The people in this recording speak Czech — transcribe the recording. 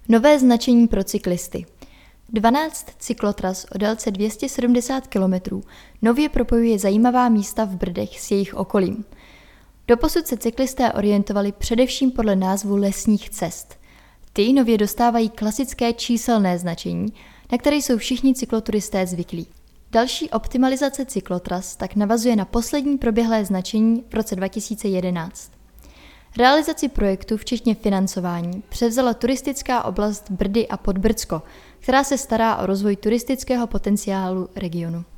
Nové značení pro cyklisty. 12 cyklotras o délce 270 km nově propojuje zajímavá místa v Brdech s jejich okolím. Doposud se cyklisté orientovali především podle názvu lesních cest. Ty nově dostávají klasické číselné značení, na které jsou všichni cykloturisté zvyklí. Další optimalizace cyklotras tak navazuje na poslední proběhlé značení v roce 2011. Realizaci projektu, včetně financování, převzala turistická oblast Brdy a Podbrdsko, která se stará o rozvoj turistického potenciálu regionu.